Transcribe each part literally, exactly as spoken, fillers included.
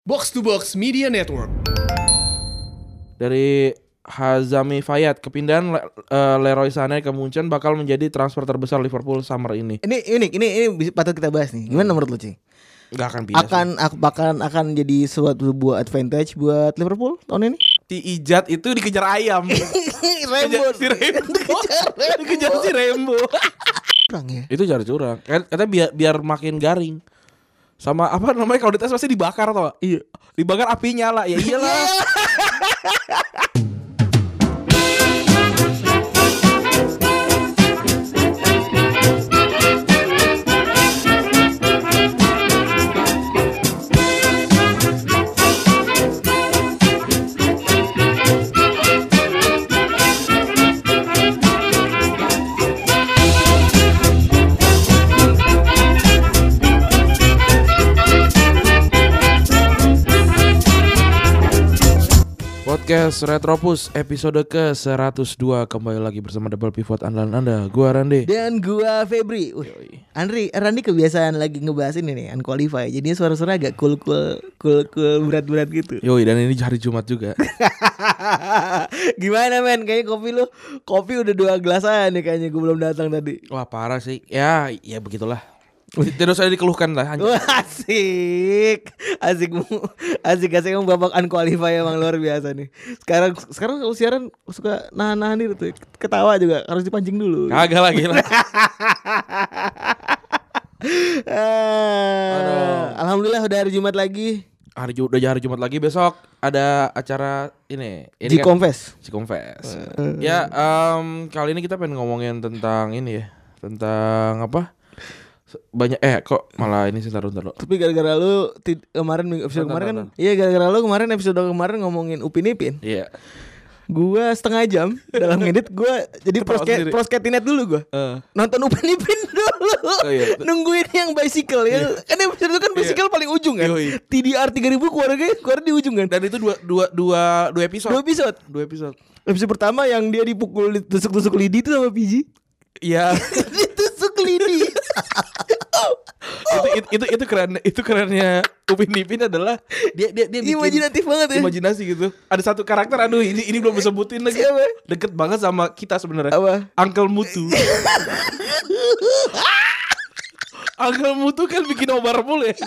Box to Box Media Network. Dari Hazami Fayyad, kepindahan Le- uh, Leroy Sané ke Munchen bakal menjadi transfer terbesar Liverpool summer ini. Ini unik, ini ini bisa- patut kita bahas nih. Gimana menurut lu, Ci? Gak akan pindah. Akan aku akan akan jadi suatu buah advantage buat Liverpool tahun ini? Si Ijat itu dikejar ayam. Rembo. si Rembo. Dikejar si Rembo. Kurang ya. Itu cara curang. Katanya biar biar makin garing. Sama apa namanya kalau dites pasti dibakar atau? Iya. Dibakar api nyala. Ya iyalah. Podcast Retropus episode ke seratus dua kembali lagi bersama double pivot andalan Anda. Gua Rande dan gua Febri. Wih, Andri, Randi kebiasaan lagi ngebahas ini nih unqualified. Jadi suara-suara agak cool cool cool cool berat-berat gitu. Yoi, dan ini hari Jumat juga. Gimana men? Kayaknya kopi lu kopi udah dua gelasan nih kayaknya gua belum datang tadi. Wah parah sih. Ya, ya begitulah. Tidak usah dikeluhkan lah. Wah, asik, asik, asik, asik emang babak unqualified emang luar biasa nih. Sekarang, sekarang kalau siaran suka nahan-nahan diri tuh, ketawa juga harus dipancing dulu. Kagak lagi lah. uh, Alhamdulillah udah hari Jumat lagi. Hari Ju- udah hari Jumat lagi, besok ada acara ini. ini G-Confess. Kan, G-Confess. Uh. Ya, um, kali ini kita pengen ngomongin tentang ini ya, tentang apa? Banyak eh kok malah ini sih taruh taruh. Tapi gara-gara lu ti- kemarin episode kemarin kan, iya gara-gara lu kemarin episode kemarin ngomongin Upin Ipin. Iya. Gua setengah jam dalam ngedit gua jadi proske prosketinet dulu gua. Uh. Nonton Upin Ipin dulu. Oh, iya. Nungguin yang bicycle ya. Kan episode itu kan bicycle yeah. paling ujung kan. Yoi. T D R tiga ribu keluarga keluar di ujung kan. Dan itu dua dua dua dua episode. Dua episode. Dua episode. Episode pertama yang dia dipukul ditusuk-tusuk lidi itu sama P J. Iya. Ditusuk lidi. itu, itu itu itu keren itu kerennya Upin Ipin adalah dia dia dia bikin imajinatif banget ya. Imajinasi gitu. Ada satu karakter aduh ini ini belum disebutin lagi. Siapa? Deket banget sama kita sebenarnya. Apa? Uncle Mutu. Uncle Mutu kan bikin nobar mulu ya.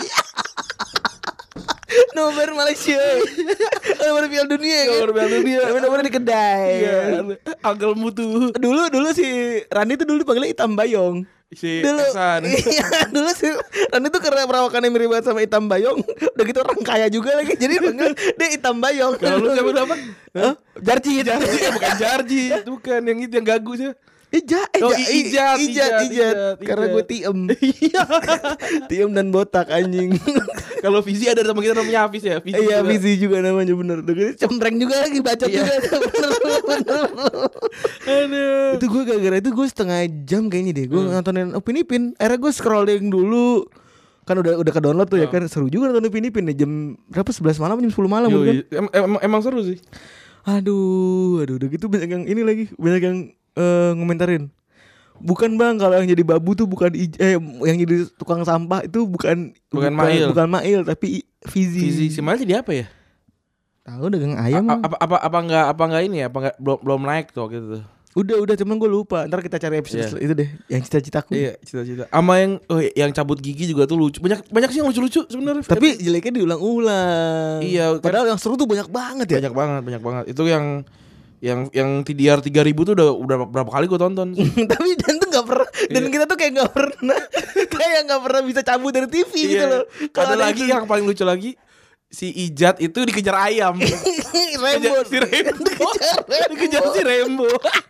Nobar Malaysia. Nobar Piala Dunia kan. Nobar Piala Dunia. Nobar di kedai. Iya. Uncle Mutu. Dulu dulu si Rani tuh dulu dipanggilnya Itam Bayong. Si dulu, Esan. Iya, dulu si Rani tuh karena perawakannya mirip banget sama Itam Bayong. Udah gitu orang kaya juga lagi. Jadi panggil dia Itam Bayong. Kalau lu siapa apa? Hah? Jarji. Jarji ya, bukan Jarji. Bukan yang itu yang gagu sih. Ija, oh, ija, ijat, ijat, ijat, karena gue tiem, tiem dan botak anjing. Kalau Fizi ada sama kita namanya Hafiz ya. Fizi iya Fizi juga namanya bener. Cempreng juga lagi bacot iya. juga. Bener, bener. Aduh. Itu gue gara-gara itu gue setengah jam kayaknya deh. Gue hmm. nontonin Upin Ipin. Akhirnya gue scrolling dulu. Kan udah udah ke download tuh oh. ya kan. Seru juga nonton Upin Ipin nih. Jam berapa? sebelas malam jam sepuluh malam kan. Em, em, emang seru sih. Aduh, aduh udah gitu banyak yang ini lagi, banyak yang Uh, ngomentarin. Bukan bang, kalau yang jadi babu tuh bukan ij- eh yang jadi tukang sampah itu bukan bukan, bukan Mail, bukan Mail tapi Fizi. Fizi si Mail jadi apa ya? Tahu dagang ayam. A- apa apa apa enggak apa enggak ini ya? Apa enggak belum belum naik tuh gitu. Udah udah cuman gue lupa. Ntar kita cari episode yeah. itu deh, yang cita-citaku. Iya, cita-cita. Ama yang oh, yang cabut gigi juga tuh lucu. Banyak banyak sih yang lucu-lucu sebenarnya. Tapi jeleknya diulang-ulang. Iya, padahal kan, yang seru tuh banyak banget ya. Banyak banget, banyak banget. Itu yang yang yang T D R tiga ribu tuh udah udah berapa kali gue tonton. Tapi dan tuh nggak pernah dan iya. kita tuh kayak nggak pernah kayak nggak pernah bisa cabut dari T V iya. gitu loh. Ada, ada lagi itu. Yang paling lucu lagi si Ijat itu dikejar ayam. Rembo. Si Rembo. Dikejar, dikejar si Rembo.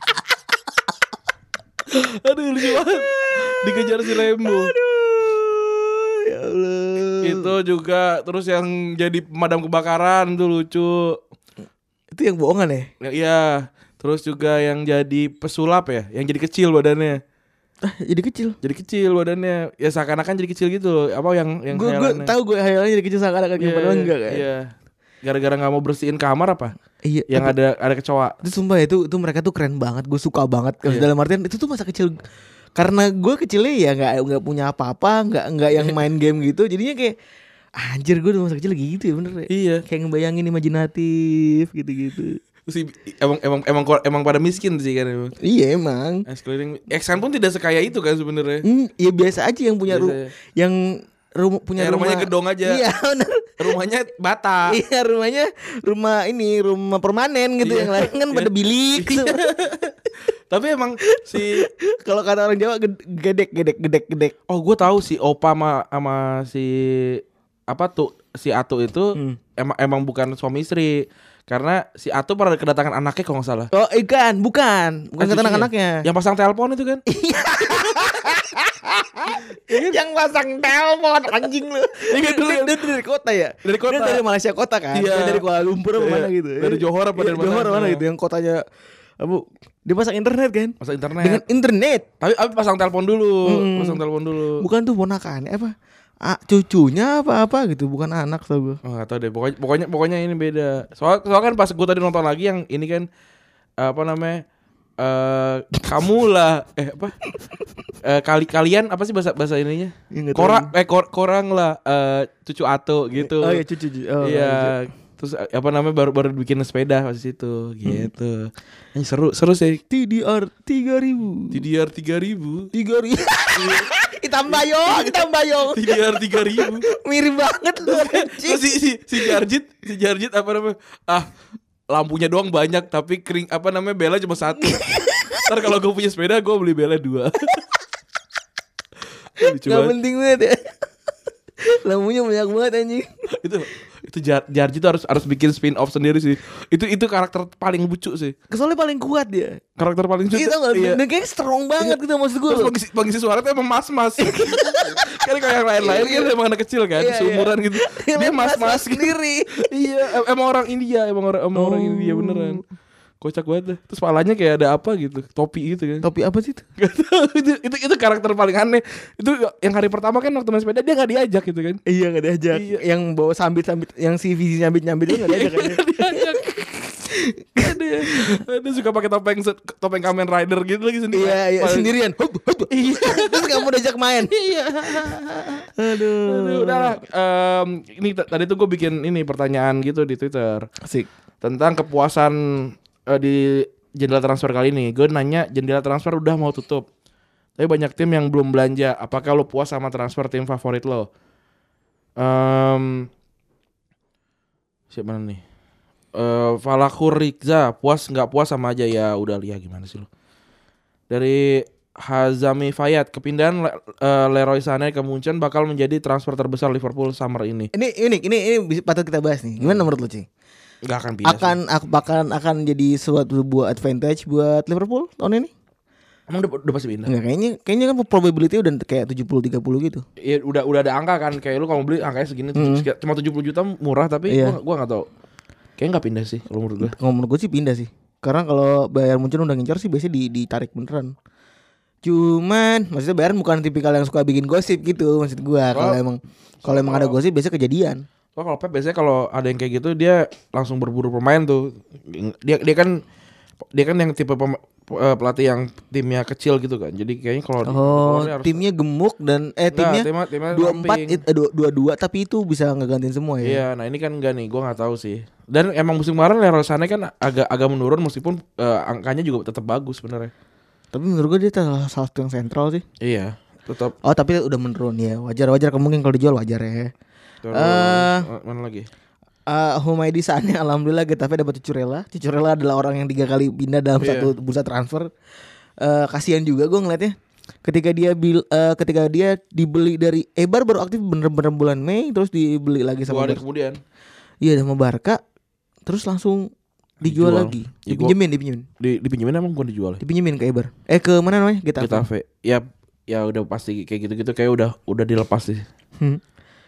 Aduh lucu banget. Dikejar si Rembo. Aduh. Ya Allah. Itu juga terus yang jadi pemadam kebakaran tuh lucu. Itu yang bohongan ya? Iya. Terus juga yang jadi pesulap ya, yang jadi kecil badannya. Ah, jadi kecil. Jadi kecil badannya. Ya seakan-akan jadi kecil gitu. Apa yang yang Gue gue tahu gue hayalannya jadi kecil seakan-akan yeah, padahal enggak kan. Iya. Gara-gara enggak mau bersihin kamar apa? Iya. Yang ada ada kecoa. Itu sumpah itu itu mereka tuh keren banget. Gue suka banget. Yeah. Dalam artian itu tuh masa kecil. Karena gue kecilnya ya enggak enggak punya apa-apa, enggak enggak yang main game gitu. Jadinya kayak Anjir gue udah masa kecil lagi gitu ya bener ya. Iya. Kayak ngebayangin imajinatif gitu-gitu. Si emang emang emang emang pada miskin sih kan emang. Iya emang. Sekeliling Eksan pun tidak sekaya itu kan sebenarnya. Hmm, ya biasa aja yang punya Biasa ru- ya. yang rumah punya Ya, rumah rumahnya gedong aja. Iya benar. Rumahnya bata. Iya rumahnya rumah ini rumah permanen gitu. Iya. Yang lain kan pada Iya. bilik. Tapi emang si Kalau kata orang Jawa ged- gedek gedek gedek gedek. oh gue tahu si Opa sama sama si apa tuh si Atu itu Hmm. emang emang bukan suami istri karena si Atu pernah kedatangan anaknya kalau nggak salah. Oh ikan bukan bukan Kan kata cucunya. anak-anaknya. Yang pasang telepon itu kan. Yang pasang telepon anjing lu. Dia dulu dia dari kota ya. Dari kota. Dia dari Malaysia kota kan. Iya. Dia dari Kuala Lumpur apa Iya. mana gitu. Dari Johor apa Iya, dari mana? Johor mana Nah. gitu yang kotanya apa dia pasang internet kan. Pasang internet. Dengan internet. Tapi, tapi pasang telepon dulu, Hmm. pasang telepon dulu. Bukan tuh ponakannya apa? Ah, cucunya apa apa gitu, bukan anak tau gue. Oh, gak tau deh. Pokoknya pokoknya pokoknya ini beda. Soal soal kan pas gue tadi nonton lagi yang ini kan apa namanya? Eh kamu lah eh apa? Eh kali kalian apa sih bahasa bahasa ininya? Ya, nggak tahu. Kora eh kor, korang lah eh cucu Ato gitu. Oh iya cucu. cucu. Oh, Iya. Terus eh, apa namanya baru baru bikin sepeda pas situ gitu. Ini seru seru sih. T D R tiga ribu. T D R tiga ribu. tiga ribu. Ditambah yo, ditambah yo. T D R tiga ribu. Mirip banget lu anjing. Terus si si si Jarjit, si Jarjit apa namanya? Ah, lampunya doang banyak tapi kering apa namanya bela cuma satu. Ntar kalau gue punya sepeda gue beli bela dua. Lucu Gak banget. penting banget ya. Lampunya banyak banget anjing. Itu itu Jar, Jarjit tuh harus harus bikin spin off sendiri sih. Itu itu karakter paling lucu sih. Kesoalnya paling kuat dia. Karakter paling lucu. Iya tau gak? Iya. Dan kayaknya strong banget gitu maksud gue. Terus pengisi, pengisi suara tuh emang mas-mas. Kan kayak yang lain-lain kan emang anak kecil kan, Iya, seumuran iya. gitu. Dia mas-mas gitu. sendiri. Iya, em- emang orang India, emang orang emang orang Oh. India beneran. Kocak banget dah. Terus palanya kayak ada apa gitu, topi gitu kan. Topi apa sih itu? Gak tahu itu, itu itu karakter paling aneh. Itu yang hari pertama kan waktu main sepeda dia nggak diajak gitu kan. Iya gak diajak. Iya. Yang bawa sambit-sambit, yang si visi nyambit-nyambit itu gak diajak kan. Nggak diajak. Ada, ada suka pakai topeng se- topeng Kamen Rider gitu lagi sendiri. Iya, iya Paling- sendirian. Hup, hup. Iya. Terus gak mau diajak main. Iya. Aduh. Aduh, udahlah. Em, ini t- tadi tuh gue bikin ini pertanyaan gitu di Twitter Asik. tentang kepuasan eh, di jendela transfer kali ini. Gue nanya jendela transfer udah mau tutup, tapi banyak tim yang belum belanja. Apakah lo puas sama transfer tim favorit lo? Um, siapa nih? Uh, Falakur Rizza, puas nggak puas sama aja ya. Udah lihat gimana sih lo? Dari Hazami Fayad, kepindahan Le- eh, Leroy Sané ke Munchen bakal menjadi transfer terbesar Liverpool summer ini. Ini unik, ini ini bisa- patut kita bahas nih. Gimana menurut lu, Cing? Gak akan pindah. Akan ak- akan akan jadi suatu buah advantage buat Liverpool tahun ini? Emang udah, udah pasti pindah. Enggak, kayaknya kayaknya kan probability udah kayak tujuh puluh tiga puluh gitu. Iya udah udah ada angka kan, kayak lu kalau beli angkanya segini Hmm. tujuh- cuma tujuh puluh juta murah, tapi Iya. gua gua enggak tahu. Kayaknya enggak pindah sih kalau menurut gua. Kalau menurut gue sih pindah sih. Karena kalau Bayern Munchen udah ngincar sih biasanya di, ditarik beneran. Cuman maksudnya Bayern bukan tipikal yang suka bikin gosip gitu maksud gua. Kalau Oh. emang kalau emang ada gosip biasanya kejadian. Oh, kalau Pep biasanya kalau ada yang kayak gitu dia langsung berburu pemain tuh. Dia dia kan dia kan yang tipe pem- eh, pelatih yang timnya kecil gitu kan. Jadi kayaknya kalau Oh, kalau dia harus- timnya gemuk dan eh Enggak, timnya timnya- timnya dua empat ramping. it- eh, dua dua dua tapi itu bisa ngegantiin semua ya. Iya, nah ini kan enggak nih, gua nggak tahu sih. Dan emang musim kemarin Leroy Sané kan agak agak menurun meskipun eh, angkanya juga tetap bagus sebenarnya. Tapi menurut gue dia salah salah satu yang sentral sih. Iya, tetap. Oh tapi udah menurun ya. Wajar wajar kemungkinan kalau dijual wajar ya. Terus Eh. mana lagi? Uh, Humaydi Sané alhamdulillah Getafe dapat Cucurella. Cucurella adalah orang yang tiga kali pindah dalam Iya. satu bursa transfer. Uh, kasihan juga gue ngeliatnya. Ketika dia bil, uh, ketika dia dibeli dari Eibar baru aktif bener-bener bulan Mei, terus dibeli lagi Dua sama hari Barca. kemudian. Iya sama Barca. Terus langsung dijual, Dijual. lagi. Ya, gua- Dipinjemin, dipinjemin. Di dipinjemin emang bukan dijual. Dipinjemin ke Eibar. Eh ke mana namanya? Getafe. Getafe. Ya ya udah pasti kayak gitu-gitu kayak udah udah dilepas sih. Hmm.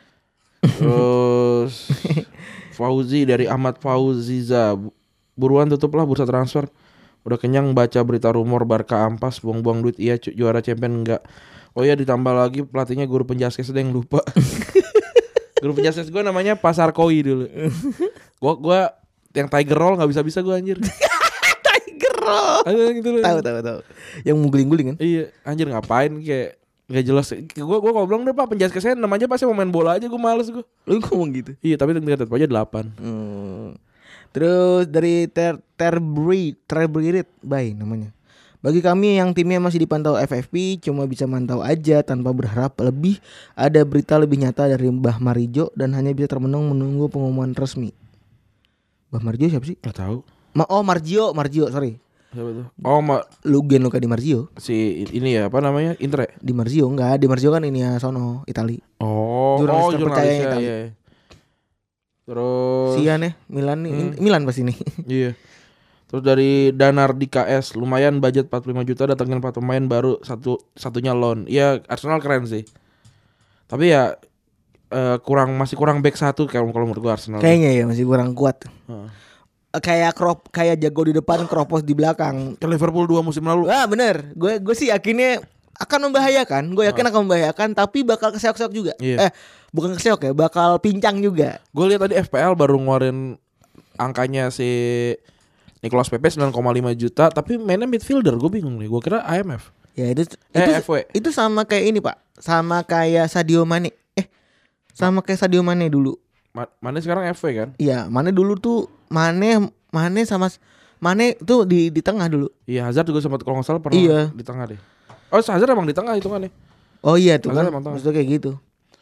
Terus Fauzi dari Ahmad Fauziza, buruan tutuplah bursa transfer. Udah kenyang baca berita rumor Barca ampas buang-buang duit. Iya cu- juara champion enggak. Oh ya ditambah lagi pelatihnya guru penjaskes ada yang lupa. Guru penjaskes gue namanya Pasar Koi dulu. Gua gua yang Tiger Roll nggak bisa-bisa gue anjir. Tiger Roll. Ada gitu loh. Tahu tahu tahu. Yang mau guling-guling kan? Iya, anjir ngapain kayak Gak jelas. Gue gue ngobrol deh Pak penjelas kesehatan namanya pasti mau main bola aja gue males gue. Lu ngomong gitu. Iya tapi tetap aja delapan. Hmm. Terus dari ter terbreed terbreed bay namanya. Bagi kami yang timnya masih dipantau F F P cuma bisa mantau aja tanpa berharap lebih. Ada berita lebih nyata dari Mbah Marijo dan hanya bisa termenung menunggu pengumuman resmi. Mbah Marijo siapa sih? Gak tahu. Ma oh Margio, Margio sorry. Siapa tuh? Oh ma Lu gen Luka Di Marzio. si ini ya apa namanya Intre. Di Marzio enggak, Di Marzio kan ini ya sono Itali. Oh, Jurnalis oh terpercaya jurnalis ya, Itali. iya. Terus Sian ya Milan nih, Hmm. Milan pasti nih. iya. Terus dari Danardi K S lumayan budget empat puluh lima juta datangin empat pemain baru satu satunya loan. Iya Arsenal keren sih. Tapi ya eh, kurang masih kurang back satu kalau kalau menurut gua Arsenal. Kayaknya ya masih kurang kuat. Heeh. Eh, Kayak krop kayak jago di depan, Kropos di belakang. Ke Liverpool dua musim lalu. Wah bener, gue gue sih yakinnya akan membahayakan. Gue yakin akan membahayakan, tapi bakal keseok-seok juga. Iya. Eh bukan keseok ya, bakal pincang juga. Gue lihat tadi F P L baru ngeluarin angkanya si Nicolas Pepe sembilan koma lima juta, tapi mainnya midfielder. Gue bingung nih. Gue kira I M F. Ya itu Eh, itu F W. itu sama kayak ini Pak, sama kayak Sadio Mane. Eh sama kayak Sadio Mane dulu. Ma- Mane sekarang F W kan? Iya, Mane dulu tuh Mane Mane sama Mane tuh di di tengah dulu. Iya Hazard juga sempat kalau nggak salah pernah Iya. di tengah deh. Oh Hazard emang di tengah hitungannya. Oh iya tuh Hazard kan, emang tengah. maksudnya kayak gitu.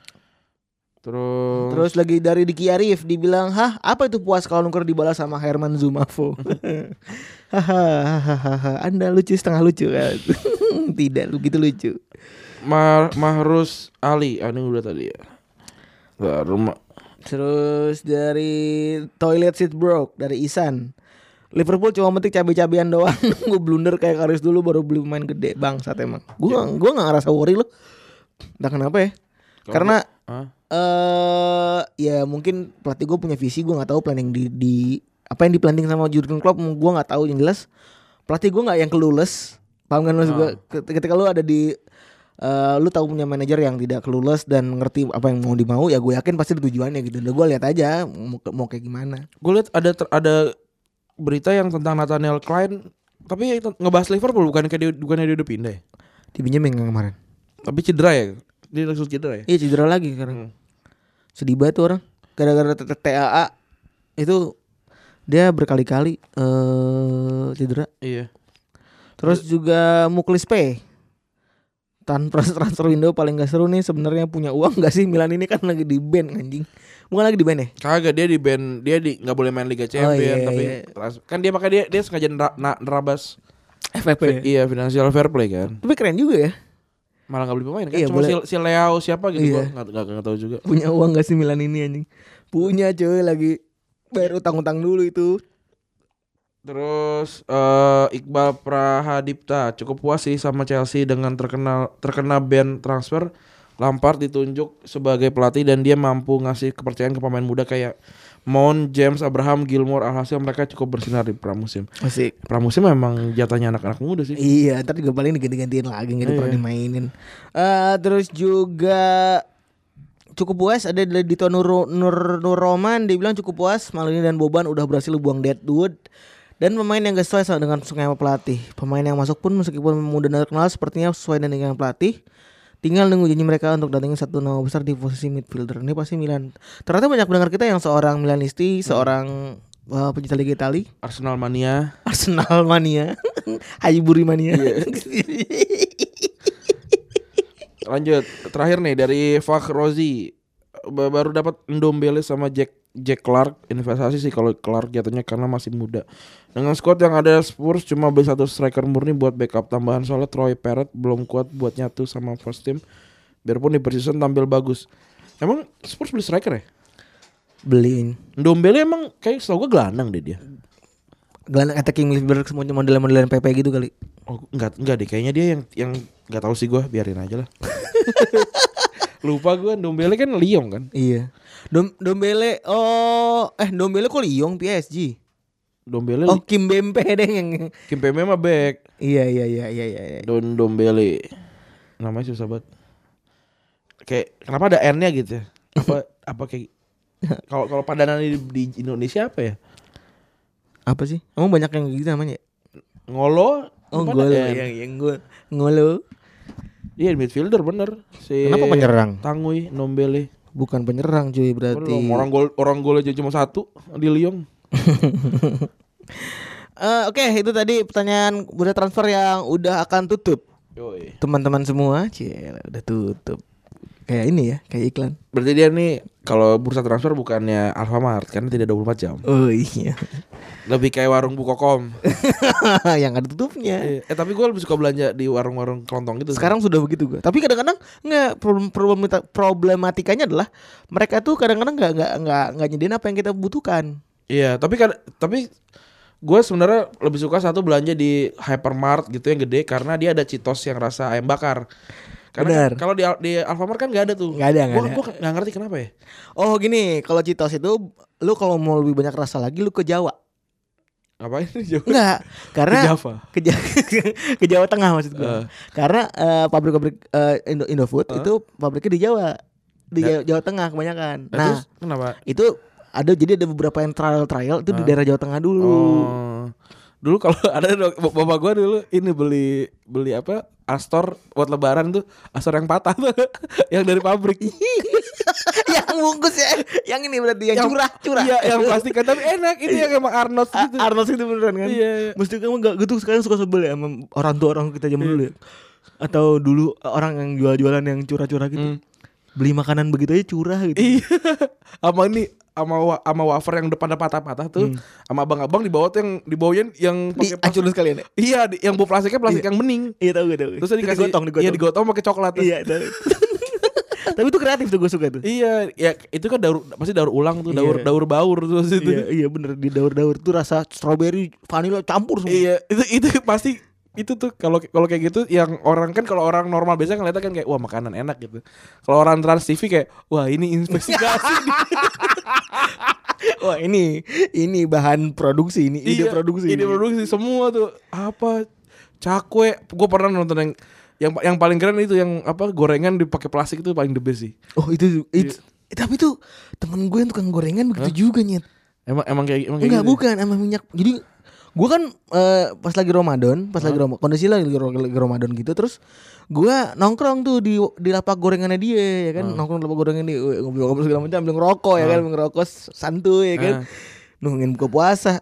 Terus Terus lagi dari Diki Arif dibilang, "Hah, apa itu puas kalau nuker dibalas sama Herman Zumafo?" Hahaha, Anda lucu setengah lucu kan. Tidak lu gitu lucu. Ma- Mahrus Ali, ah, ini udah tadi ya. Gak rumah. Terus dari Toilet Seat Broke dari Isan. Liverpool cuma metik cabai-cabian doang. Gue blunder kayak Karius dulu baru beli pemain gede bangsat emang. Gue gue nggak ngerasa worry loh. Entah kenapa ya. Karena Hah? eh ya mungkin pelatih gue punya visi, gue nggak tahu planning di di apa yang di planning sama Jurgen Klopp, gue nggak tahu. Yang jelas pelatih gue nggak yang clueless, paham kan maksud gue? Ketika lu ada di uh, lu tahu punya manajer yang tidak clueless dan ngerti apa yang mau dimau, ya gue yakin pasti ada tujuannya gitu. Dan gue lihat aja mau, mau kayak gimana. Gue lihat ada ter- ada berita yang tentang Nathaniel Klein, tapi itu ngebahas Liverpool bukan kayak dia bukannya dia udah pindah ya? Dipinjemin kan kemarin? Tapi cedera ya? Dia langsung cedera ya? Iya cedera lagi sekarang. Hmm. Sedih banget tuh orang. Gara-gara T A A itu dia berkali-kali eh cedera. Iya. Terus juga Muklis P. Tanpa transfer window paling gak seru nih sebenarnya punya uang gak sih? Milan ini kan lagi di ban anjing. Bukan lagi di ban ya? Kagak, dia di band, dia di nggak boleh main Liga Champions, Oh, iya, tapi iya. trans- kan dia makanya dia dia sengaja nera- na- nerabas F F P. iya financial fair play kan. Tapi keren juga ya. Malah nggak beli pemain kan? Iya, Cuma si, boleh. si Leao siapa gitu, Iya. gua nggak nggak nggak tahu juga. Punya uang gak sih Milan ini anjing? Punya coy, lagi bayar utang-utang dulu itu. Terus eh, Iqbal Prahadipta cukup puas sih sama Chelsea dengan terkenal terkena ban transfer. Lampard ditunjuk sebagai pelatih dan dia mampu ngasih kepercayaan ke pemain muda kayak Mount, James, Abraham, Gilmore. Alhasil mereka cukup bersinar di pramusim. Asik. Pramusim memang jatahnya anak-anak muda sih. Iya, ntar juga paling diganti-gantiin lagi, nggak Iya. pernah dimainin. Eh terus juga cukup puas ada dari Dito Nur Nur Nur Roman, dia bilang cukup puas Malini dan Boban udah berhasil buang Deadwood dan pemain yang gak sesuai dengan skema pelatih. Pemain yang masuk pun meskipun muda dan terkenal sepertinya sesuai dengan pelatih. Tinggal nunggu janji mereka untuk datangin satu nama besar di posisi midfielder. Ini pasti Milan. Ternyata banyak pendengar kita yang seorang Milanisti, Hmm. seorang uh, pencinta Liga Italia, Arsenal mania. Arsenal mania, Hayiburi mania. Lanjut, terakhir nih dari Fakh Rozi. Ba- baru dapat Ndombele sama Jack Jack Clark. Investasi sih kalau Clark jatuhnya karena masih muda. Dengan squad yang ada Spurs cuma beli satu striker murni buat backup tambahan soalnya Troy Parrott belum kuat buat nyatu sama first team. Biarpun di preseason tampil bagus. Emang Spurs beli striker ya? Beliin. Ndombele emang kayak setahu gue gelandang deh dia. Gelandang attacking midfielder semuanya model-modelan P P gitu kali. Oh enggak enggak deh kayaknya dia yang yang enggak tahu sih gue, biarin aja lah. Lupa gue, Ndombele kan Lyon kan. Iya. Dom Dombele oh eh Dombele kok Lyon P S G. Ndombele Oh Kim Bempe deh yang. Kim Pembe mah back. Iya iya iya iya iya. Don Dombele. Namanya susah banget. Kayak kenapa ada N-nya gitu ya? Apa apa kayak kalau kalau padanan di, di Indonesia apa ya? Apa sih? Emang banyak yang gitu namanya? Ngolo? Oh depannya Ngolo N. yang yang gue Ngolo. Iya midfielder bener. Si Kenapa penyerang? Tanguy Nombele. Bukan penyerang cuy berarti. Bener, orang gol orang gol aja cuma satu di Lyon. Uh, Oke, okay, itu tadi pertanyaan bursa transfer yang udah akan tutup. Yoi. Teman-teman semua, cie, udah tutup. Kayak ini ya, kayak iklan. Berarti dia nih kalau bursa transfer bukannya Alfamart karena tidak dua puluh empat jam. Oh iya. Lebih kayak warung Bukokom. Yang ada tutupnya. Eh, eh tapi gue lebih suka belanja di warung-warung kelontong gitu. Sekarang sudah begitu gue. Tapi kadang-kadang nggak problem, problem problematikanya adalah mereka tuh kadang-kadang nggak nggak nggak nggak nyediain apa yang kita butuhkan. Iya, tapi kan tapi gue sebenarnya lebih suka satu belanja di hypermart gitu yang gede karena dia ada Cheetos yang rasa ayam bakar. Karena kan, kalau di di Alfamart kan nggak ada tuh. Nggak ada, nggak ada. Gue nggak ngerti kenapa ya. Oh gini, kalau Cheetos itu lu kalau mau lebih banyak rasa lagi lu ke Jawa. Ngapain di Jawa? Enggak, karena ke Java. Ke, ke Jawa Tengah maksud gue. Uh. Karena uh, pabrik-pabrik uh, Indo Indofood uh. itu pabriknya di Jawa, di nah. Jawa, Jawa Tengah kebanyakan. Nah, nah terus kenapa? Itu ada jadi ada beberapa yang trial-trial itu uh. di daerah Jawa Tengah dulu. Oh. Dulu kalau ada bapak gue dulu ini beli beli apa? Astor buat lebaran tuh Astor yang patah tuh yang dari pabrik. Yang bungkus ya. Yang ini berarti yang, yang curah curah. Iya yang plastik kan tapi enak itu yang emang Arnold gitu. Arnold itu beneran kan. Iya, iya. Mesti kamu gak gitu sekarang suka sebel ya sama orang tua orang kita zaman dulu ya. Atau dulu orang yang jual-jualan yang curah-curah gitu. Hmm. Beli makanan begitu aja curah gitu. Iya. Sama ini sama sama wafer yang depannya patah-patah tuh hmm. sama abang-abang di bawah tuh yang di bawahnya yang pakai plastik sekalian ya. Iya, di, yang bawah plastiknya plastik iya. yang bening. Iya tahu gue tahu. Terus dikasih digotong, digotong. Iya digotong pakai coklat. Iya tahu. Tapi itu kreatif tuh gue suka tuh. Iya, ya itu kan daur pasti daur ulang tuh, daur iya. daur baur tuh situ. Iya, iya bener di daur-daur tuh rasa strawberry, vanilla campur semua. Iya, itu itu pasti itu tuh kalau kalau kayak gitu yang orang kan kalau orang normal biasanya ngeliatnya kan kayak wah makanan enak gitu. Kalau orang Trans T V kayak wah ini investigasi. Wah ini ini bahan produksi ini ide iya, produksi. Ide produksi semua tuh apa cakwe. Gue pernah nonton yang yang yang paling keren itu yang apa gorengan dipakai plastik itu paling the best sih. Oh itu itu yeah. Tapi tuh temen gue yang tukang gorengan begitu huh? juga nyet. Emang emang kayak emang kayak enggak gitu bukan ya? Emang minyak. Jadi gue kan uh, pas lagi Ramadan, pas huh? lagi Ramadan, kondisi lagi, lagi Ramadan gitu, terus gue nongkrong tuh di di lapak gorengannya dia, ya kan, huh? nongkrong di lapak gorengan dia, ngobrol-ngobrol segala macam, ambil ngerokok, huh? ya kan, ambil ngerokok santuy, ya kan, huh? nungguin buka puasa,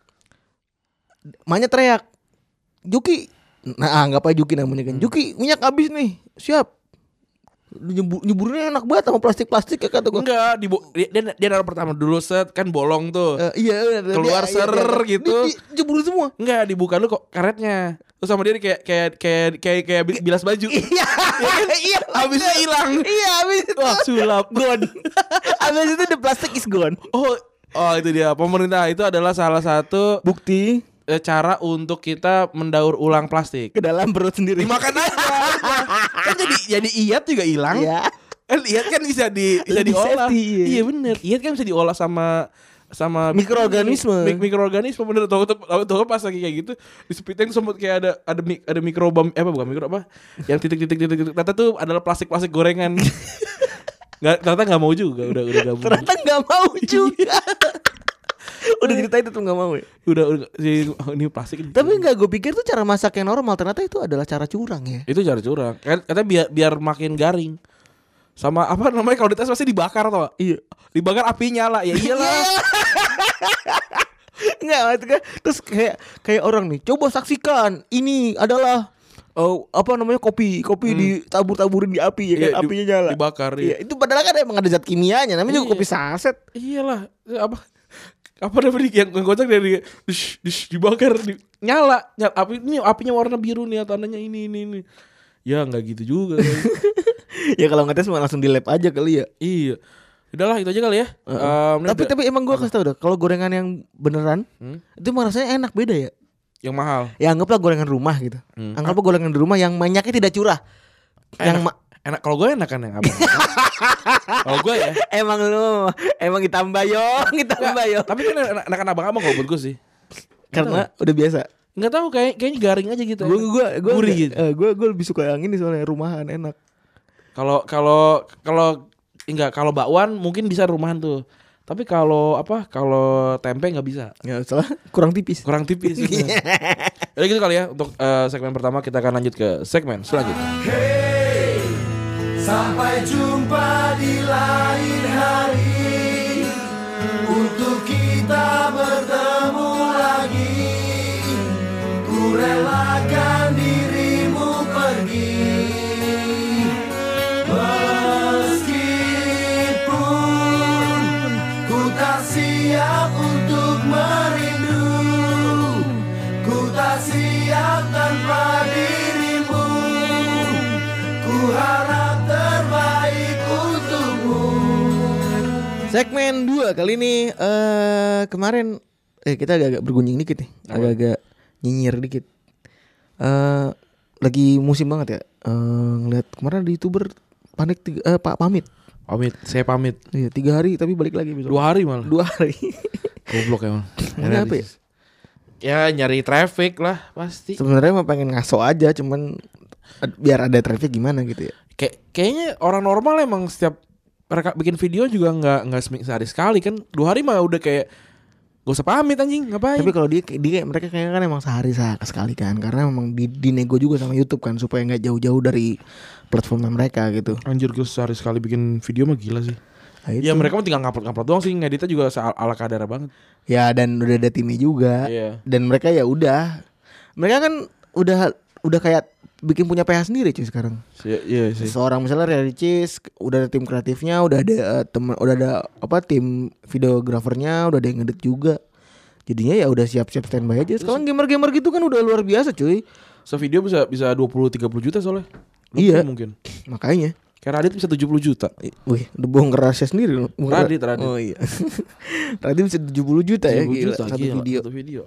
Manya teriak, Juki, nah anggap aja Juki namanya kan, hmm. Juki minyak habis nih, siap. Nyebur, nyeburnya enak banget sama plastik-plastik ya kata gue. Enggak, di dia dia, dia naruh pertama dulu set kan bolong tuh. Uh, iya, keluar dia, ser iya, iya. gitu. Di, di, jebur semua. Enggak, dibuka lu kok karetnya. Terus sama dia kayak kayak kayak kayak kayak bilas baju. Iya. Iya, habisnya hilang. Iya, habis itu. Wah, sulap. Gone. Habis itu the plastic is gone. Oh, oh itu dia. Pemerintah itu adalah salah satu bukti cara untuk kita mendaur ulang plastik ke dalam perut sendiri. Dimakan aja. Kan jadi jadi iat juga hilang. Iya. Kan iat kan bisa di bisa diolah. Iya, iya bener. Iat kan bisa diolah sama sama mikroorganisme. Mik- mikroorganisme bener tuh tuh tuh pas lagi kayak gitu disepitin sempat kayak ada ada mik- ada mikroba eh, apa bukan mikro apa yang titik-titik titik ternyata tuh adalah plastik-plastik gorengan. Nggak ternyata nggak mau juga udah udah gabung. Ternyata nggak mau juga. Udah ceritain itu nggak mau ya. Udah, udah si, oh, ini plastik ini. Tapi nggak, gue pikir tuh cara masak yang normal, ternyata itu adalah cara curang ya. Itu cara curang. Katanya biar biar makin garing. Sama apa namanya kalau dites pasti dibakar toh. Iya. Dibakar api nyala. Ya iyalah. Enggak, maksudnya terus kayak kayak orang nih, coba saksikan ini adalah oh, apa namanya kopi, kopi hmm. ditabur-taburin di api ya kan, iya, apinya nyala. Dibakar. Iya. Itu padahal kan emang ada zat kimianya, namanya iya. juga kopi saset. Iyalah. Apa apa namanya yang ngocak dari dish, dish, dibakar di, nyala, nyala api ini apinya warna biru nih tandanya ini ini ini. Ya nggak gitu juga. Ya kalau ngetes mah langsung di lab aja kali ya. Iya. Udahlah itu aja kali ya. Uh-uh. Um, tapi tapi emang gue kasih tau dah, kalau gorengan yang beneran hmm? itu emang rasanya enak beda ya. Yang mahal. Ya anggaplah gorengan rumah gitu. Hmm. Anggaplah gorengan di rumah yang minyaknya tidak curah. Enak. Yang ma- enak kalau gue enak kan yang apa? Kalau gue ya. Emang lu emang hitam bayong, hitam bayong. Tapi kan enak-enak abang-abang kalau buat gue sih. Karena tahu. Udah biasa. Enggak tahu kayak kayaknya garing aja gitu. Gue gue gue gurih gitu. Uh, gue gue lebih suka yang ini soalnya rumahan enak. Kalau kalau kalau enggak kalau bakwan mungkin bisa rumahan tuh. Tapi kalau apa? Kalau tempe nggak bisa. Ya salah, kurang tipis. Kurang tipis. Jadi gitu kali ya untuk uh, segmen pertama kita akan lanjut ke segmen selanjutnya. Hey. Sampai jumpa di lain hari, untuk kita bertemu lagi. Ku relakan dirimu pergi, meskipun ku tak siap untuk merindu. Ku tak siap tanpa dirimu. Ku harap terbaik untukmu. Segmen dua kali ini eh kemarin eh kita agak-agak bergunjing dikit nih, agak-agak nyinyir dikit. Eh lagi musim banget ya. Eh ngeliat kemarin di YouTuber panik tiga, eh, Pak pamit. Pamit, saya pamit. Iya, tiga hari tapi balik lagi besok. Dua hari malah. Dua hari. Goblok emang. Ini apa ya? Ya nyari traffic lah pasti. Sebenarnya mah pengen ngaso aja, cuman ad- biar ada traffic gimana gitu ya. Kayak kayaknya orang normal emang setiap mereka bikin video juga nggak nggak seming- sehari sekali kan. Dua hari mah udah kayak gak usah pamit anjing, ngapain? Tapi kalau dia, dia mereka kayaknya kan emang sehari sekali kan, karena memang di, dinego juga sama YouTube kan supaya nggak jauh-jauh dari platformnya mereka gitu. Anjir gue sehari sekali bikin video mah gila sih. Nah, itu. Ya mereka mah tinggal ngupload-ngupload doang sih, ngeditnya juga ala, ala kadar banget. Ya dan udah ada timnya juga. Iya. Dan mereka ya udah, mereka kan udah udah kayak bikin punya P H sendiri cuy sekarang. Iya, iya sih. Seorang misalnya reality Cheese, udah ada tim kreatifnya, udah ada uh, teman, udah ada apa tim videografernya, udah ada yang ngedit juga. Jadinya ya udah siap-siap standby aja. Sekarang gamer-gamer gitu kan udah luar biasa cuy. Se-video bisa bisa dua puluh tiga puluh juta soalnya. Lebih Iya. mungkin. Makanya. Kayak Radit bisa tujuh puluh juta. Wih, udah bohong rahasia sendiri loh. Radit, Radit. Oh iya. Radit bisa tujuh puluh juta ya tujuh puluh gila, juta, satu gila, video. Satu video.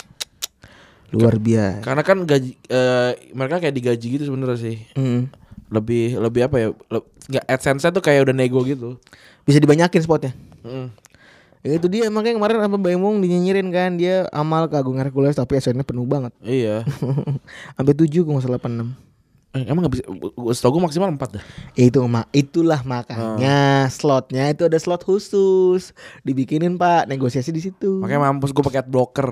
Luar biasa. Karena kan gaji eh, mereka kayak digaji gitu sebenarnya sih. Hmm. Lebih lebih apa ya? Le- Nggak AdSense-nya tuh kayak udah nego gitu. Bisa dibanyakin spotnya. Mm. Ya itu dia makanya kemarin apa Baimong dinyinyirin kan dia amal ke Agung Hercules tapi S N-nya penuh banget. Iya. Sampai tujuh kalau nggak salah apa enam. Eh, emang nggak bisa? Setahu gue maksimal empat dah. Ya itu mak itulah makanya slotnya itu ada slot khusus dibikinin Pak, negosiasi di situ. Makanya mampus gue pakai adblocker.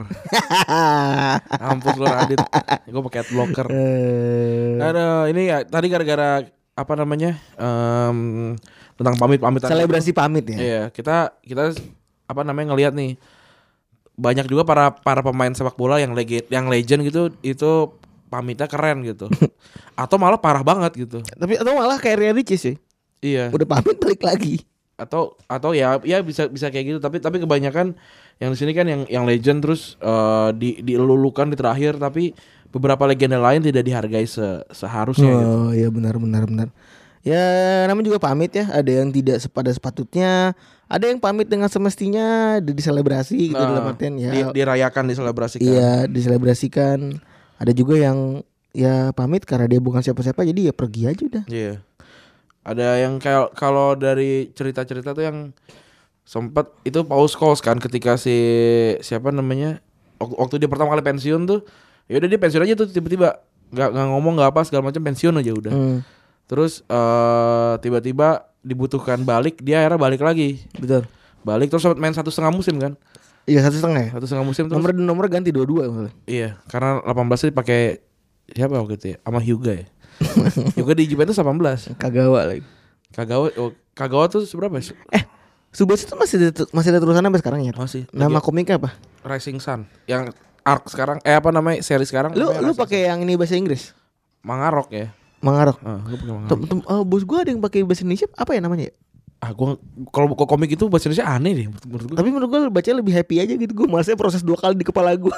Mampus lu Radit. Gue pakai adblocker. Eh, Ada ini ya tadi gara-gara apa namanya? Em, tentang pamit-pamitan. Selebrasi pamit ya. Iya, kita kita apa namanya ngelihat nih banyak juga para para pemain sepak bola yang legend yang legend gitu itu pamitnya keren gitu. Atau malah parah banget gitu. Tapi atau malah kayak reality sih. Iya. Udah pamit balik lagi. Atau atau ya ya bisa bisa kayak gitu tapi tapi kebanyakan yang di sini kan yang yang legend terus eh, di dilulukan di terakhir tapi beberapa legenda lain tidak dihargai se, seharusnya gitu. Oh iya benar benar benar. Ya namanya juga pamit ya. Ada yang tidak sepada sepatutnya. Ada yang pamit dengan semestinya di- diselebrasi gitu Nah, dalam artian ya. di- dirayakan diselebrasikan. Iya diselebrasikan. Ada juga yang ya pamit karena dia bukan siapa-siapa jadi ya pergi aja udah. Iya. Ada yang kayak kalau dari cerita-cerita tuh yang sempat itu Paul Scholes kan ketika si siapa namanya waktu, waktu dia pertama kali pensiun tuh ya udah dia pensiun aja tuh tiba-tiba nggak nggak ngomong nggak apa segala macam pensiun aja udah. Hmm, Terus eh tiba-tiba dibutuhkan balik dia akhirnya balik lagi betul. balik terus sempat main satu setengah musim kan Iya satu setengah ya. satu setengah musim terus Nomor nomor ganti dua-dua maksudnya. iya karena delapan belas dipakai siapa waktu itu ya sama Hyuga ya Hyuga di Juventus delapan belas Kagawa lagi. Kagawa oh, Kagawa tuh seberapa ya? Eh Subasa itu masih ada, masih ada terusannya sampai sekarang ya? Masih. Nama Lagi- komiknya apa? Rising Sun yang arc sekarang eh apa namanya seri sekarang Lu namanya lu Rising pakai yang ini bahasa Inggris? Sun. Mangarok ya Mangarok. ah gue pakai Mangarok Tem, tem, eh, bos gua ada yang pakai bahasa Indonesia apa ya namanya ya? ah gue kalau buku komik itu bahasa Indonesia aneh deh menurut gue Tapi menurut gua baca lebih happy aja gitu. Gua malasnya proses dua kali di kepala gua.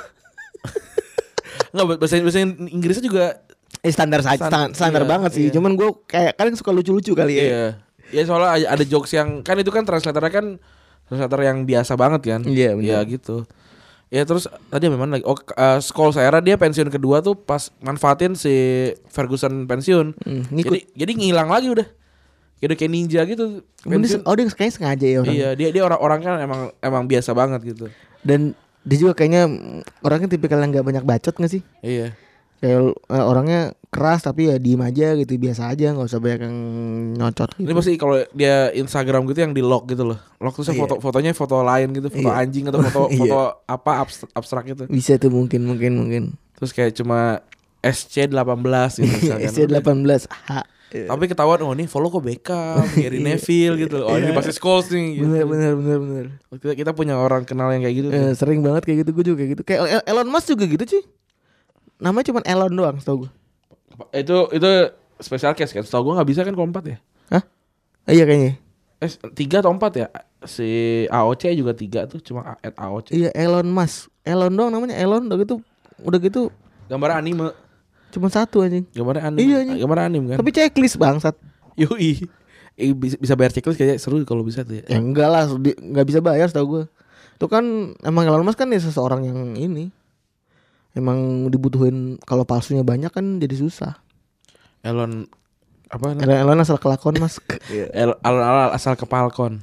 nggak bahasa bahasa Inggrisnya juga Eh standar saja Stan- standar, standar iya, banget sih. iya. Cuman gua kayak kadang suka lucu-lucu kali ya. iya ya soalnya ada- ada jokes yang kan itu kan translatornya kan translator yang biasa banget kan Iya, benar. ya gitu ya terus tadi memang lagi oh uh, Scholes era dia pensiun kedua tuh pas manfaatin si Ferguson pensiun Hmm, ngikut. jadi jadi ngilang lagi udah kayak udah kayak ninja gitu Emang dia- pensiun. oh dia kayaknya sengaja ya orang. Iya dia dia orang-orang kan emang emang biasa banget gitu. Dan dia juga kayaknya mm, orangnya tipikal yang nggak banyak bacot nggak sih? Iya. Kayak eh, orangnya keras tapi ya diem aja gitu biasa aja nggak usah banyak yang nyocot gitu. Ini pasti kalau dia Instagram gitu yang di lock gitu loh. Lock terus Iya. foto fotonya foto lain gitu, foto Iya. anjing atau foto Iya. foto apa abstrak, abstrak gitu. Bisa tuh mungkin mungkin mungkin. Terus kayak cuma S C delapan belas gitu misalkan. S C delapan belas H Tapi ketahuan oh nih follow kok Beckham, Gary Neville gitu. Oh ini pasti Scholes nih. Gitu. Bener bener bener bener. Kita, kita punya orang kenal yang kayak gitu. Eh, sering banget kayak gitu, gue juga kayak gitu. Kayak El- Elon Musk juga gitu sih. Namanya cuma Elon doang, setahu gue. Itu itu special case kan. Setahu gue nggak bisa kan kalau empat ya. Hah? Ah, iya kayaknya. Eh tiga atau empat ya. Si A O C juga tiga tuh cuma at A O C. Iya Elon Musk. Elon doang namanya Elon. Udah gitu, udah gitu Gambar anime. cuma satu anjing. Gambar anime. Iya, anjing. Gambar anime kan. Tapi checklist bangsat. Yoi. Eh, bisa, bisa bayar checklist kayak seru kalau bisa tuh ya. Ya enggak lah, di- nggak bisa bayar setahu gue. Itu kan emang Elon Musk kan ya seseorang yang ini. Emang dibutuhin kalau palsunya banyak kan jadi susah. Elon apa? Elon, Elon asal kelakon Mas. El, al, al, asal kepalkon.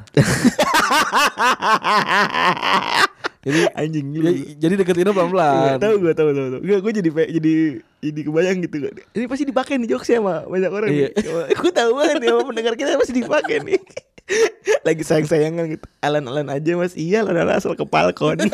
Jadi Anjing lu. ya, jadi deketinnya Iya, pelan-pelan. tahu gue tahu tahu tahu. Enggak gue jadi pe- jadi jadi kebayang gitu. Ini pasti dipakai nih jokesnya sama banyak orang. Iya. Gue tahu banget ya pendengar kita pasti dipakai nih. Lagi sayang-sayangan gitu. Alan-alan aja Mas. Iya, alan asal kepalkon.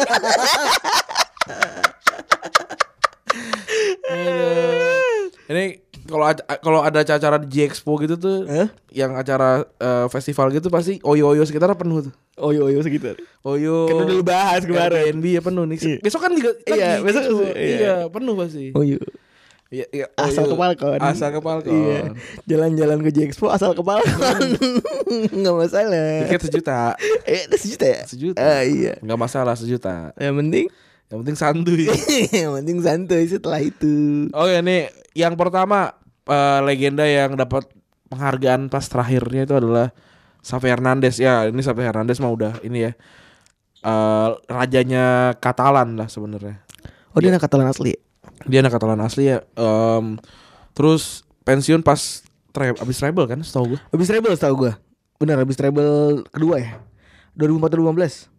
Ini kalau ada kalau ada acara di J Expo gitu tuh, Hah? yang acara eh, festival gitu pasti oyo-oyo sekitar penuh tuh. Oyo oyo segitar. Oyo. Kan udah lu bahas kemarin. Airbnb ya penuh nih. Iya. Besok kan juga kan Iya, di besok Expo. iya. Iya, penuh pasti. Oyo. Iya, iya, Asal oyo. kepalkon. Asal kepalkon. Iya. Jalan-jalan ke J Expo asal kepalkon. Enggak masalah. Tiket sejuta. Eh, itu sejuta ya? Sejuta. Ah, iya. Enggak masalah sejuta. Yang penting Yang penting santuy. yang penting santuy setelah itu. Oke nih, yang pertama eh, legenda yang dapat penghargaan pas terakhirnya itu adalah Xavi Hernandez. Ya, ini Xavi Hernandez mah udah ini ya. eh, rajanya Katalan lah sebenarnya. Oh, dia anak Katalan asli. Dia anak Katalan asli ya. Em, terus pensiun pas tre- abis treble kan, setahu gue. Habis treble setahu gua. Benar, habis treble kedua ya. dua ribu empat dua ribu lima belas.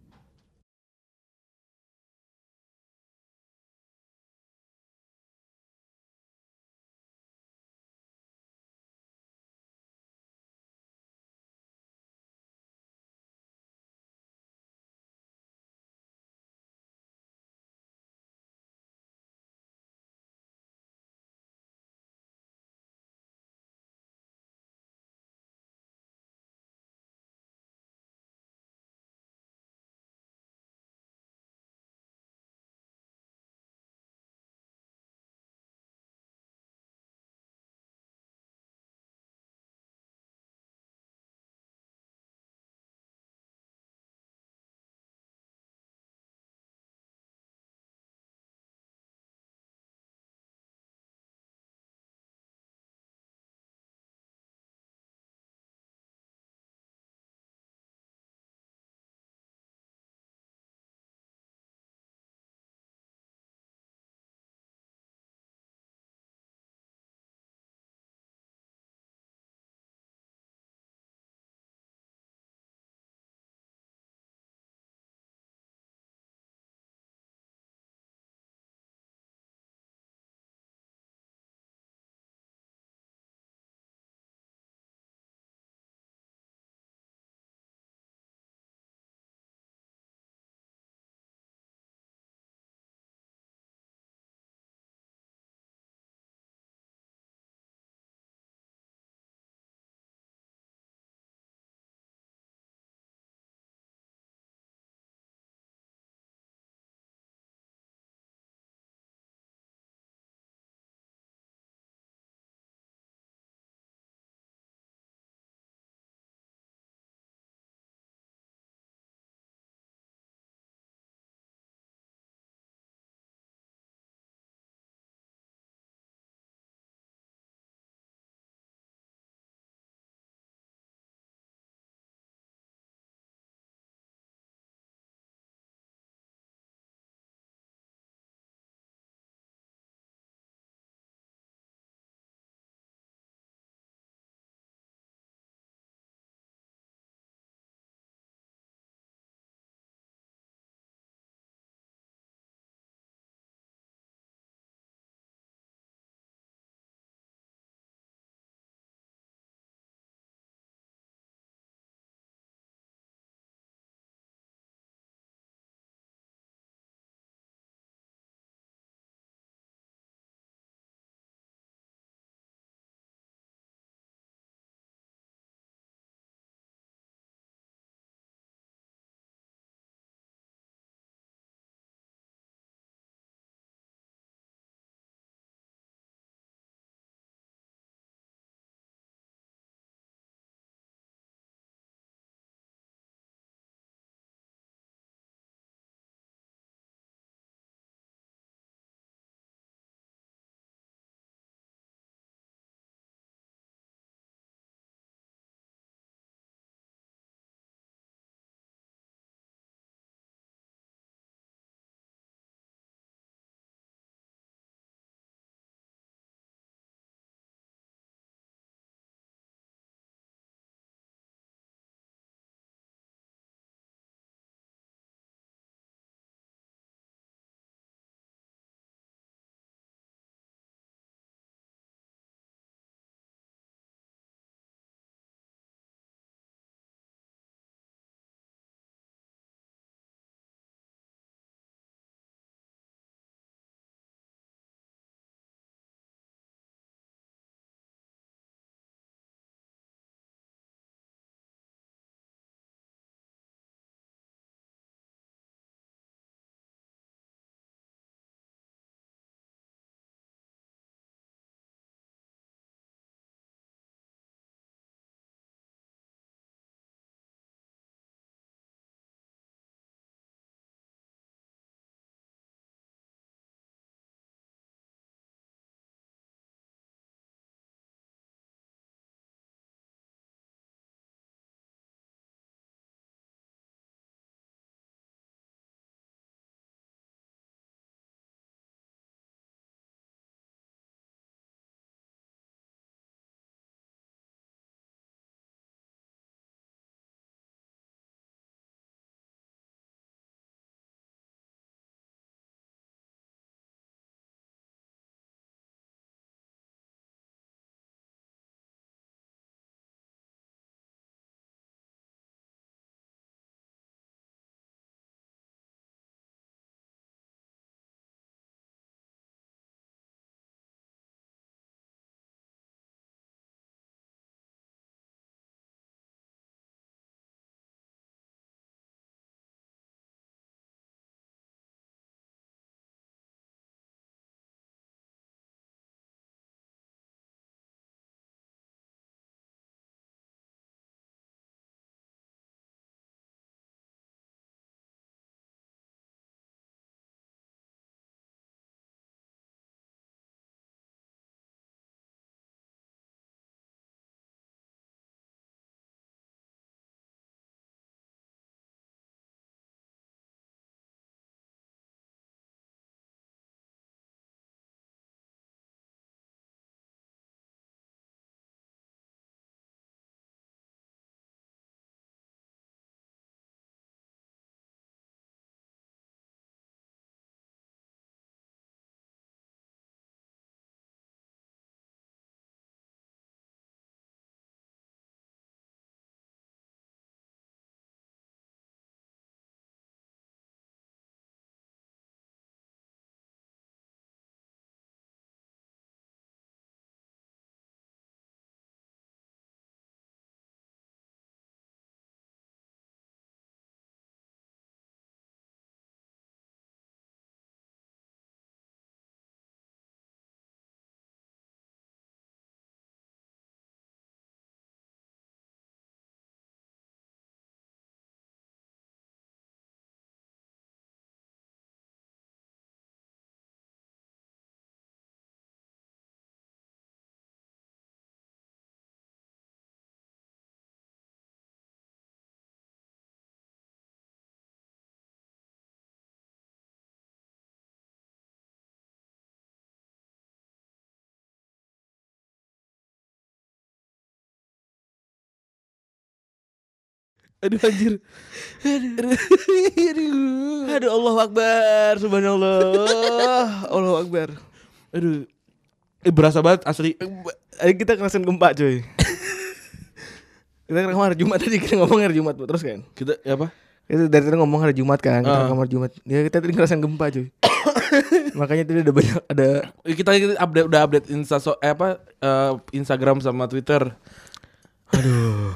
Aduh anjir. Aduh. Aduh Allahu Akbar, subhanallah. Allahu Akbar. Aduh. Eh berasa banget asli. Ayo kita ngerasain gempa coy. Kita kan hari Jumat tadi kita ngomong hari Jumat terus kan. Kita ya apa? Kita dari tadi ngomong hari Jumat kan, kita Uh. ngomong hari Jumat. Ya kita tadi ngerasain gempa coy. Makanya tadi ada banyak ada Kita update udah update Insta so, eh, apa eh, Instagram sama Twitter. aduh.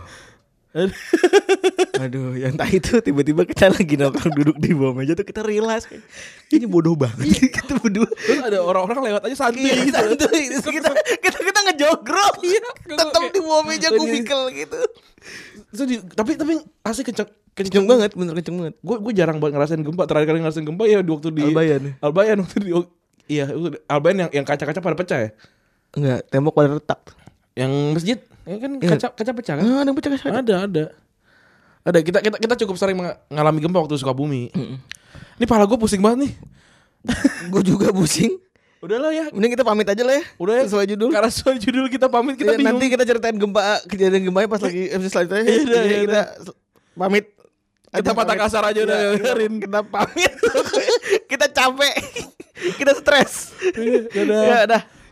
Aduh, yang entah itu tiba-tiba kita lagi nongkrong duduk di bawah meja tuh kita realize kayak, ini bodoh banget. Kita berdua. Terus ada orang-orang lewat aja santuy Iya, gitu. santuy. Terus kita kita kita ngejogrok. Iya, tetap di bawah meja kubikel gitu. Terus di, tapi tapi asli kenceng Kenceng banget, bener kenceng banget. Gue gue jarang banget ngerasain gempa. Terakhir kali ngerasain gempa ya di waktu di Albayan. Albayan waktu di iya waktu di- Albayan yang yang kaca-kaca pada pecah ya. Enggak, tembok pada retak. Yang masjid ya kan Iya. kaca kaca pecah kan? Ah, ada yang pecah kaca. Ada ada. Ada kita kita kita cukup sering menga- mengalami gempa waktu Sukabumi. Ini pala gue pusing banget nih. Gue juga pusing. Udahlah ya. Mending kita pamit aja lah ya. Udah ya. Sesuai judul. Karena sesuai judul kita pamit kita Ya, bingung. nanti kita ceritain gempa kejadian gempanya pas lagi episode selanjutnya. Iya, Jadi iya, kita pamit. Kita Aja patah pamit. kasar aja udah Iya, dengerin. Kita pamit. Kita capek. Kita stres. Dadah. Ya udah.